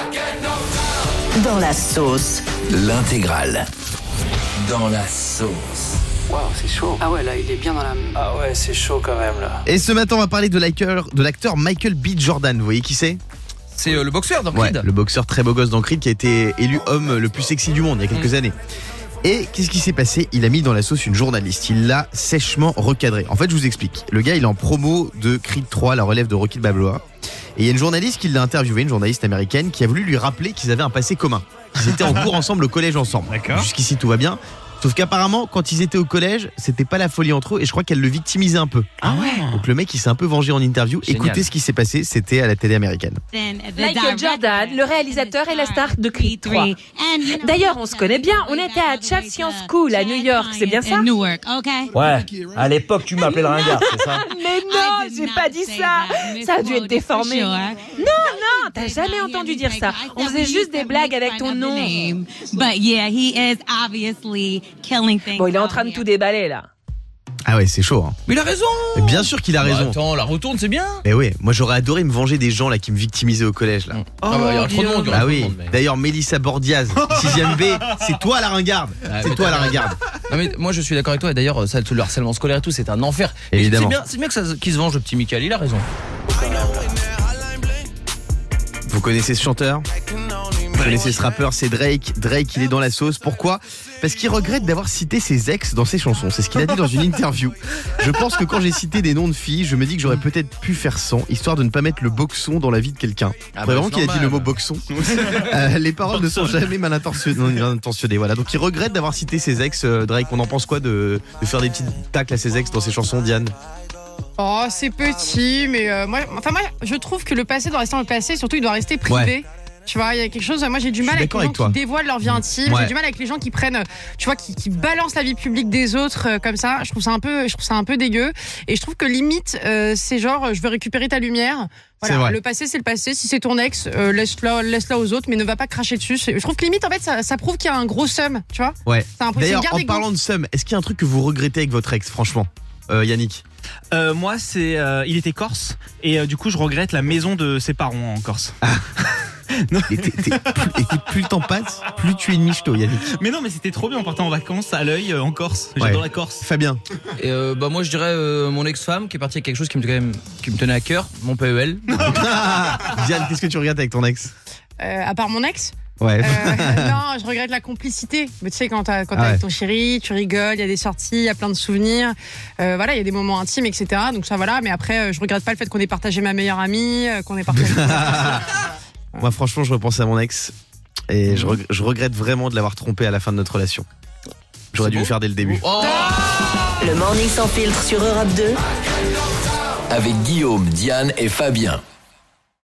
Dans la sauce. L'intégrale. Dans la sauce. Waouh, c'est chaud. Ah ouais, là, il est bien dans la... Ah ouais, c'est chaud quand même là. Et ce matin, on va parler de l'acteur Michael B. Jordan. Vous voyez qui c'est ? C'est le boxeur dans Ouais, Creed. le boxeur très beau gosse dans Creed qui a été élu homme le plus sexy du monde il y a quelques années. Et qu'est-ce qui s'est passé ? Il a mis dans la sauce une journaliste. Il l'a sèchement recadrée. En fait, je vous explique. Le gars, il est en promo de Creed 3, la relève de Rocky Balboa. Et il y a une journaliste qui l'a interviewé, une journaliste américaine, qui a voulu lui rappeler qu'ils avaient un passé commun. Ils étaient en cours ensemble au collège ensemble. D'accord. Jusqu'ici, tout va bien. Sauf qu'apparemment, quand ils étaient au collège, c'était pas la folie entre eux et je crois qu'elle le victimisait un peu. Ah ouais. Donc le mec, il s'est un peu vengé en interview. Génial. Écoutez ce qui s'est passé, c'était à la télé américaine. Michael Jordan, le réalisateur et la star de Creed 3. D'ailleurs, on se connaît bien, on était à Chaff Science School à New York, c'est bien ça? Ouais, à l'époque tu m'appelais le ringard, c'est ça? Mais non, j'ai pas dit ça. Ça a dû être déformé. Non, t'as jamais entendu dire ça. On faisait juste des blagues avec ton nom. Bon, il est en train de tout déballer là. Ah ouais, c'est chaud. Hein. Mais il a raison. Mais bien sûr qu'il a raison. Attends, la retourne, c'est bien. Mais oui, moi j'aurais adoré me venger des gens là qui me victimisaient au collège là. Ah bah, il y aura trop de monde. il y aura Ah trop de oui. monde, mais- D'ailleurs, Mélissa Bordiaz, 6ème B, c'est toi la ringarde. Ah, C'est mais toi t'as la raison. ringarde. Non mais moi je suis d'accord avec toi et d'ailleurs ça, le harcèlement scolaire et tout c'est un enfer. Mais Évidemment. C'est bien qu'il se venge le petit Michael, il a raison. Vous connaissez ce chanteur ? Vous connaissez ce rappeur ? C'est Drake. Drake, il est dans la sauce. Pourquoi ? Parce qu'il regrette d'avoir cité ses ex dans ses chansons. C'est ce qu'il a dit dans une interview. Je pense que quand j'ai cité des noms de filles, je me dis que j'aurais peut-être pu faire sans, histoire de ne pas mettre le boxon dans la vie de quelqu'un. Ah Vraiment c'est qu'il a dit normal. le mot boxon. Les paroles ne sont jamais mal intentionnées. Voilà. Donc il regrette d'avoir cité ses ex. Drake, on en pense quoi de faire des petites tacles à ses ex dans ses chansons, Diane ? Oh, c'est petit, mais moi, je trouve que le passé doit rester dans le passé. Surtout, il doit rester privé. Ouais. Tu vois, il y a quelque chose. Moi, j'ai du Je mal suis avec d'accord les gens avec toi. qui dévoilent leur vie intime. Ouais. J'ai du mal avec les gens qui prennent, tu vois, qui balancent la vie publique des autres comme ça. Je trouve ça un peu dégueu. Et je trouve que limite, c'est genre, je veux récupérer ta lumière. C'est Voilà, vrai. le passé, c'est le passé. Si c'est ton ex, laisse-la aux autres, mais ne va pas cracher dessus. Je trouve que limite, en fait, ça prouve qu'il y a un gros seum, tu vois. Ouais. C'est un peu- c'est D'ailleurs, une garde en d'égo. parlant de somme, est-ce qu'il y a un truc que vous regrettez avec votre ex, franchement, Yannick ? Moi c'est il était corse et du coup je regrette la maison de ses parents en Corse. Écoute, plus le temps passe, plus tu es une michto, Yannick. Mais non mais c'était trop bien, on partait en vacances à l'œil en Corse. Ouais. J'adore la Corse. Fabien. Et bah moi je dirais mon ex-femme qui est partie avec quelque chose qui me tenait à cœur, mon PEL. Diane, qu'est-ce que tu regardes avec ton ex ? À part mon ex. Ouais. Non, je regrette la complicité. Mais tu sais, quand t'es ouais. avec ton chéri, tu rigoles, il y a des sorties, il y a plein de souvenirs. Voilà, il y a des moments intimes, etc. Donc ça, voilà. Mais après, je regrette pas le fait qu'on ait partagé ma meilleure amie, qu'on ait partagé. Moi, franchement, je repense à mon ex et je regrette vraiment de l'avoir trompé à la fin de notre relation. J'aurais dû le faire dès le début. Oh Le Morning sans filtre sur Europe 2. Avec Guillaume, Diane et Fabien.